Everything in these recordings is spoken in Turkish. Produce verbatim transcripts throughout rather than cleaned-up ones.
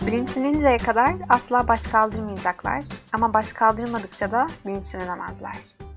Bilinçleninceye kadar asla baş kaldırmayacaklar ama baş kaldırmadıkça da bilinçlenemezler.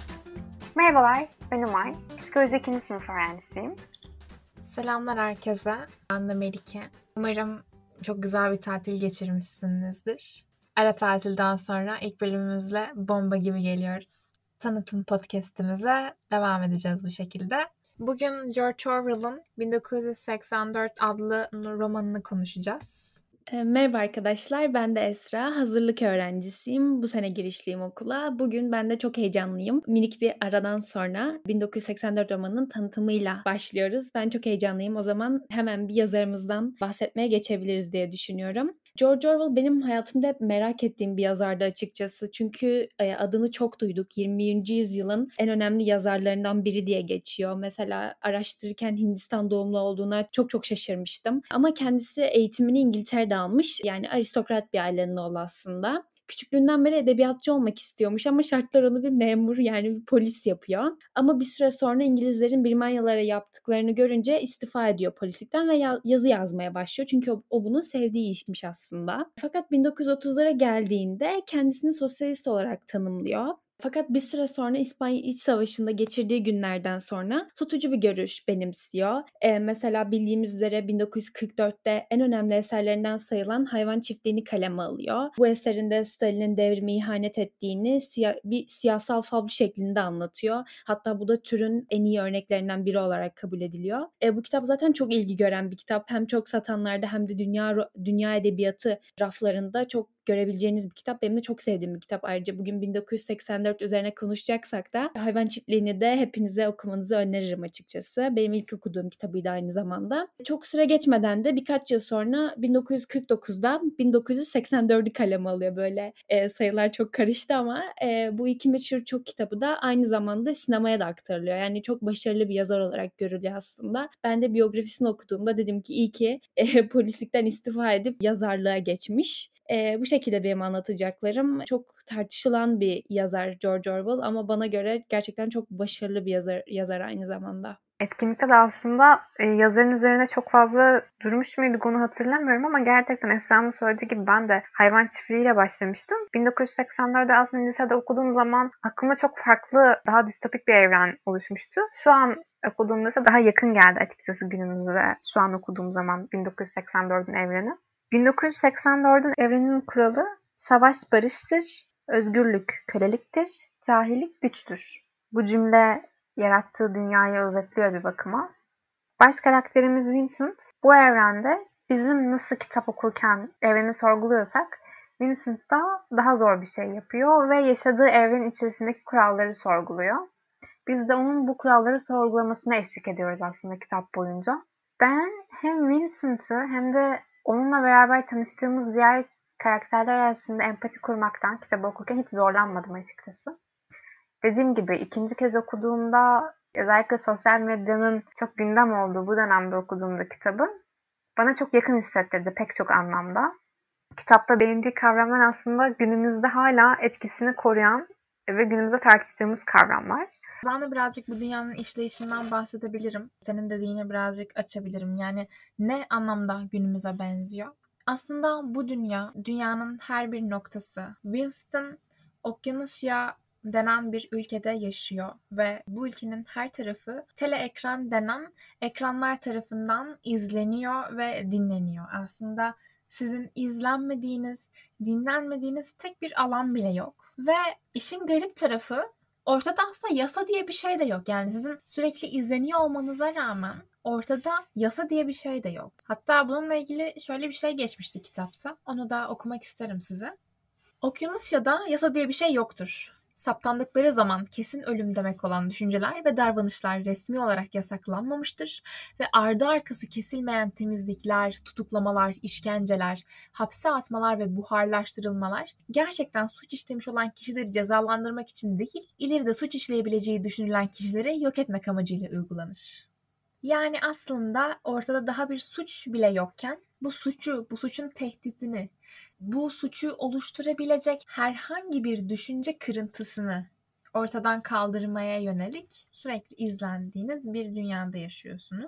Merhabalar, ben Umay. Psikoloji ikinci sınıf öğrencisiyim. Selamlar herkese. Ben de Melike. Umarım çok güzel bir tatil geçirmişsinizdir. Ara tatilden sonra ilk bölümümüzle bomba gibi geliyoruz. Tanıtım podcast'imize devam edeceğiz bu şekilde. Bugün George Orwell'ın bin dokuz yüz seksen dört adlı romanını konuşacağız. Merhaba arkadaşlar, ben de Esra. Hazırlık öğrencisiyim. Bu sene girişliyim okula. Bugün ben de çok heyecanlıyım. Minik bir aradan sonra bin dokuz yüz seksen dört romanının tanıtımıyla başlıyoruz. Ben çok heyecanlıyım. O zaman hemen bir yazarımızdan bahsetmeye geçebiliriz diye düşünüyorum. George Orwell benim hayatımda hep merak ettiğim bir yazardı açıkçası. Çünkü adını çok duyduk. yirminci yüzyılın en önemli yazarlarından biri diye geçiyor. Mesela araştırırken Hindistan doğumlu olduğuna çok çok şaşırmıştım. Ama kendisi eğitimini İngiltere'de almış. Yani aristokrat bir ailenin oğlu aslında. Küçüklüğünden beri edebiyatçı olmak istiyormuş ama şartlar onu bir memur yani bir polis yapıyor. Ama bir süre sonra İngilizlerin Birmanyalara yaptıklarını görünce istifa ediyor polislikten ve yazı yazmaya başlıyor. Çünkü o, o bunu sevdiği işmiş aslında. Fakat bin dokuz yüz otuzlara geldiğinde kendisini sosyalist olarak tanımlıyor. Fakat bir süre sonra İspanya İç Savaşı'nda geçirdiği günlerden sonra tutucu bir görüş benimsiyor. Ee, mesela bildiğimiz üzere bin dokuz yüz kırk dörtte en önemli eserlerinden sayılan Hayvan Çiftliği'ni kaleme alıyor. Bu eserinde Stalin'in devrime ihanet ettiğini siya- bir siyasal fablo şeklinde anlatıyor. Hatta bu da türün en iyi örneklerinden biri olarak kabul ediliyor. Ee, bu kitap zaten çok ilgi gören bir kitap. Hem çok satanlarda hem de dünya dünya edebiyatı raflarında çok görebileceğiniz bir kitap. Benim de çok sevdiğim bir kitap. Ayrıca bugün bin dokuz yüz seksen dört üzerine konuşacaksak da Hayvan Çiftliği'ni de hepinize okumanızı öneririm açıkçası. Benim ilk okuduğum kitabıydı aynı zamanda. Çok süre geçmeden de birkaç yıl sonra bin dokuz yüz kırk dokuzda bin dokuz yüz seksen dördü kaleme alıyor. Böyle e, sayılar çok karıştı ama e, bu iki meşhur çok kitabı da aynı zamanda sinemaya da aktarılıyor. Yani çok başarılı bir yazar olarak görülüyor aslında. Ben de biyografisini okuduğumda dedim ki iyi ki e, polislikten istifa edip yazarlığa geçmiş. Ee, bu şekilde benim anlatacaklarım. Çok tartışılan bir yazar George Orwell ama bana göre gerçekten çok başarılı bir yazar, yazar aynı zamanda. Etkinlikte de aslında e, yazarın üzerine çok fazla durmuş muyduk onu hatırlamıyorum ama gerçekten Esra'nın söylediği gibi ben de Hayvan Çiftliği'yle başlamıştım. bin dokuz yüz seksen dörtte aslında lisede okuduğum zaman aklıma çok farklı, daha distopik bir evren oluşmuştu. Şu an okuduğumda ise daha yakın geldi açıkçası günümüzde. Şu an okuduğum zaman bin dokuz yüz seksen dördün evreni. bin dokuz yüz seksen dördün evreninin kuralı savaş barıştır, özgürlük köleliktir, cahillik güçtür. Bu cümle yarattığı dünyayı özetliyor bir bakıma. Baş karakterimiz Vincent bu evrende bizim nasıl kitap okurken evreni sorguluyorsak Vincent da daha zor bir şey yapıyor ve yaşadığı evren içerisindeki kuralları sorguluyor. Biz de onun bu kuralları sorgulamasına eşlik ediyoruz aslında kitap boyunca. Ben hem Vincent'ı hem de onunla beraber tanıştığımız diğer karakterler arasında empati kurmaktan kitabı okurken hiç zorlanmadım açıkçası. Dediğim gibi ikinci kez okuduğumda özellikle sosyal medyanın çok gündem olduğu bu dönemde okuduğumda kitabı bana çok yakın hissettirdi pek çok anlamda. Kitapta değindiği kavramlar aslında günümüzde hala etkisini koruyan ve günümüzde tartıştığımız kavramlar. Ben de birazcık bu dünyanın işleyişinden bahsedebilirim. Senin dediğini birazcık açabilirim. Yani ne anlamda günümüze benziyor? Aslında bu dünya, dünyanın her bir noktası. Winston, Okyanusya denen bir ülkede yaşıyor ve bu ülkenin her tarafı teleekran denen ekranlar tarafından izleniyor ve dinleniyor. Aslında sizin izlenmediğiniz, dinlenmediğiniz tek bir alan bile yok. Ve işin garip tarafı ortada aslında yasa diye bir şey de yok. Yani sizin sürekli izleniyor olmanıza rağmen ortada yasa diye bir şey de yok. Hatta bununla ilgili şöyle bir şey geçmişti kitapta. Onu da okumak isterim size. Okyanusya'da yasa diye bir şey yoktur. Saptandıkları zaman kesin ölüm demek olan düşünceler ve davranışlar resmi olarak yasaklanmamıştır ve ardı arkası kesilmeyen temizlikler, tutuklamalar, işkenceler, hapse atmalar ve buharlaştırılmalar gerçekten suç işlemiş olan kişileri cezalandırmak için değil, ileride suç işleyebileceği düşünülen kişileri yok etmek amacıyla uygulanır. Yani aslında ortada daha bir suç bile yokken bu suçu, bu suçun tehditini, bu suçu oluşturabilecek herhangi bir düşünce kırıntısını ortadan kaldırmaya yönelik sürekli izlendiğiniz bir dünyada yaşıyorsunuz.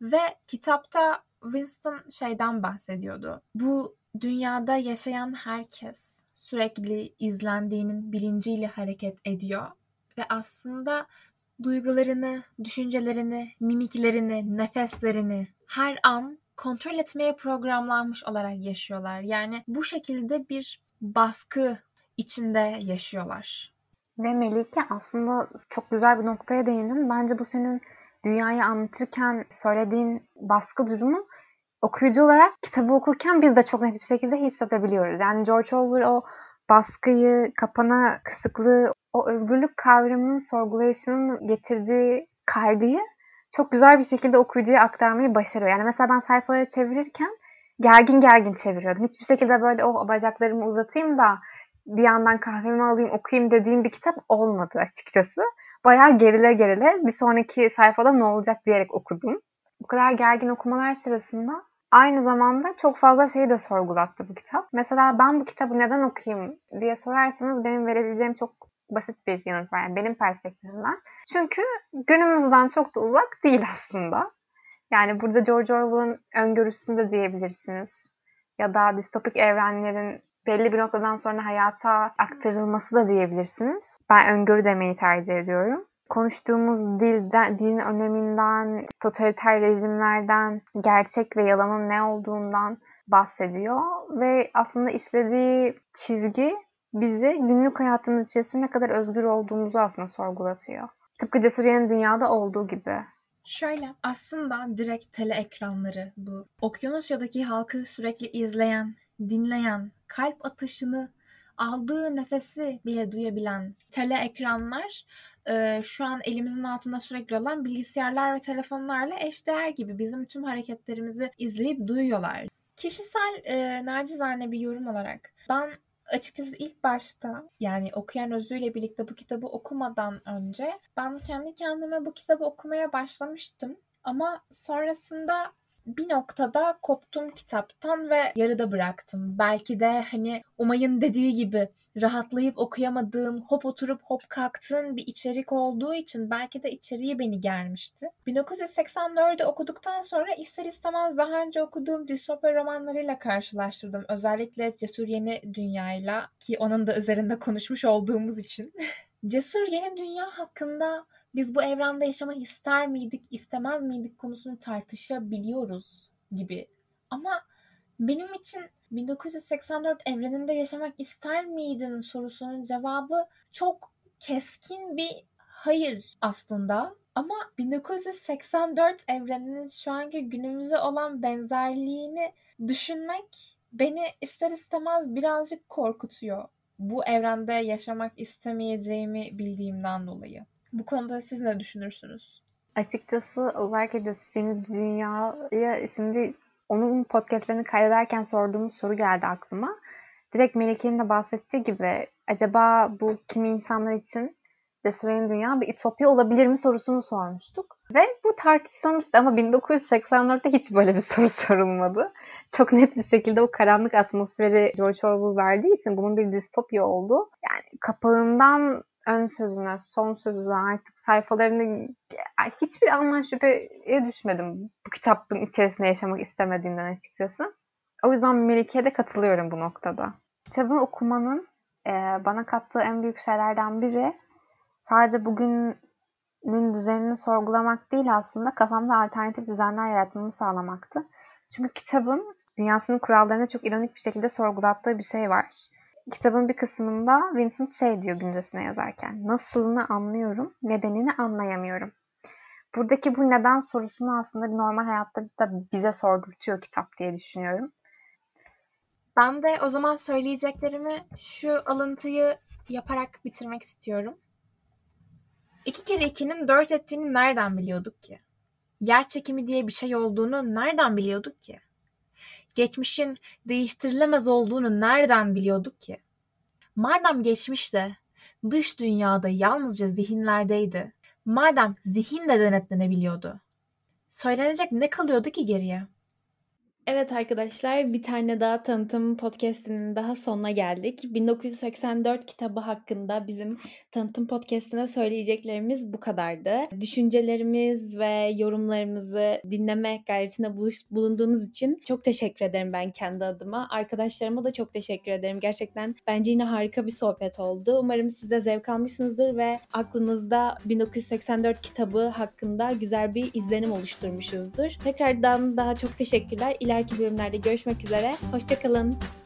Ve kitapta Winston şeyden bahsediyordu. Bu dünyada yaşayan herkes sürekli izlendiğinin bilinciyle hareket ediyor ve aslında duygularını, düşüncelerini, mimiklerini, nefeslerini her an kontrol etmeye programlanmış olarak yaşıyorlar. Yani bu şekilde bir baskı içinde yaşıyorlar. Ve Melike aslında çok güzel bir noktaya değindin. Bence bu senin dünyayı anlatırken söylediğin baskı durumu okuyucu olarak kitabı okurken biz de çok net bir şekilde hissedebiliyoruz. Yani George Orwell o baskıyı, kapana kısıklığı, o özgürlük kavramının sorgulayışının getirdiği kaygıyı çok güzel bir şekilde okuyucuya aktarmayı başarıyor. Yani mesela ben sayfaları çevirirken gergin gergin çeviriyordum. Hiçbir şekilde böyle o bacaklarımı uzatayım da bir yandan kahvemi alayım okuyayım dediğim bir kitap olmadı açıkçası. Bayağı gerile gerile bir sonraki sayfada ne olacak diyerek okudum. Bu kadar gergin okumalar sırasında aynı zamanda çok fazla şeyi de sorgulattı bu kitap. Mesela ben bu kitabı neden okuyayım diye sorarsanız benim verebileceğim çok basit bir yanıt var. Yani benim perspektifimden. Çünkü günümüzden çok da uzak değil aslında. Yani burada George Orwell'ın öngörüsünü de diyebilirsiniz. Ya da distopik evrenlerin belli bir noktadan sonra hayata aktarılması da diyebilirsiniz. Ben öngörü demeyi tercih ediyorum. Konuştuğumuz dilden, dilin öneminden, totaliter rejimlerden, gerçek ve yalanın ne olduğundan bahsediyor. Ve aslında işlediği çizgi bizi günlük hayatımız içerisinde ne kadar özgür olduğumuzu aslında sorgulatıyor. Tıpkı Cesur Yeni Dünya'da olduğu gibi. Şöyle, aslında direkt tele ekranları bu. Okyanusya'daki halkı sürekli izleyen, dinleyen, kalp atışını, aldığı nefesi bile duyabilen tele ekranlar e, şu an elimizin altında sürekli olan bilgisayarlar ve telefonlarla eşdeğer gibi bizim tüm hareketlerimizi izleyip duyuyorlar. Kişisel e, nacizane bir yorum olarak ben açıkçası ilk başta yani Okuyan Özü ile birlikte bu kitabı okumadan önce ben kendi kendime bu kitabı okumaya başlamıştım. Ama sonrasında bir noktada koptum kitaptan ve yarıda bıraktım. Belki de hani Umay'ın dediği gibi rahatlayıp okuyamadığım, hop oturup hop kalktığım bir içerik olduğu için belki de içeriği beni germişti. bin dokuz yüz seksen dördü okuduktan sonra ister istemez daha önce okuduğum distopya romanlarıyla karşılaştırdım. Özellikle Cesur Yeni Dünya'yla, ki onun da üzerinde konuşmuş olduğumuz için. Cesur Yeni Dünya hakkında biz bu evrende yaşamak ister miydik, istemez miydik konusunu tartışabiliyoruz gibi. Ama benim için bin dokuz yüz seksen dört evreninde yaşamak ister miydin sorusunun cevabı çok keskin bir hayır aslında. Ama bin dokuz yüz seksen dört evreninin şu anki günümüze olan benzerliğini düşünmek beni ister istemez birazcık korkutuyor. Bu evrende yaşamak istemeyeceğimi bildiğimden dolayı. Bu konuda siz ne düşünürsünüz? Açıkçası özellikle de Yeni Dünya'ya şimdi onun podcastlerini kaydederken sorduğumuz soru geldi aklıma. Direkt Melike'nin de bahsettiği gibi acaba bu kimi insanlar için Cesur Yeni Dünya bir ütopya olabilir mi sorusunu sormuştuk. Ve bu tartışılmıştı ama bin dokuz yüz seksen dörtte hiç böyle bir soru sorulmadı. Çok net bir şekilde o karanlık atmosferi George Orwell verdiği için bunun bir distopya oldu. Yani kapağından ön sözüne, son sözüne artık sayfalarını hiçbir anlam şüpheye düşmedim bu kitabın içerisinde yaşamak istemediğimden açıkçası. O yüzden Melike'ye de katılıyorum bu noktada. Kitabı okumanın e, bana kattığı en büyük şeylerden biri sadece bugünün düzenini sorgulamak değil aslında kafamda alternatif düzenler yaratmamı sağlamaktı. Çünkü kitabın dünyasının kurallarını çok ironik bir şekilde sorgulattığı bir şey var. Kitabın bir kısmında Vincent şey diyor güncesine yazarken, nasılını anlıyorum, nedenini anlayamıyorum. Buradaki bu neden sorusunu aslında normal hayatta da bize sordurtuyor kitap diye düşünüyorum. Ben de o zaman söyleyeceklerimi şu alıntıyı yaparak bitirmek istiyorum. İki kere ikinin dört ettiğini nereden biliyorduk ki? Yer çekimi diye bir şey olduğunu nereden biliyorduk ki? Geçmişin değiştirilemez olduğunu nereden biliyorduk ki? Madem geçmişte dış dünyada yalnızca zihinlerdeydi, madem zihin de denetlenebiliyordu, söylenecek ne kalıyordu ki geriye? Evet arkadaşlar, bir tane daha tanıtım podcast'inin daha sonuna geldik. bin dokuz yüz seksen dört kitabı hakkında bizim tanıtım podcast'ine söyleyeceklerimiz bu kadardı. Düşüncelerimiz ve yorumlarımızı dinleme gayretinde buluş, bulunduğunuz için çok teşekkür ederim ben kendi adıma. Arkadaşlarıma da çok teşekkür ederim. Gerçekten bence yine harika bir sohbet oldu. Umarım siz de zevk almışsınızdır ve aklınızda bin dokuz yüz seksen dört kitabı hakkında güzel bir izlenim oluşturmuşuzdur. Tekrardan daha çok teşekkürler. İleriki bölümlerde görüşmek üzere. Hoşça kalın.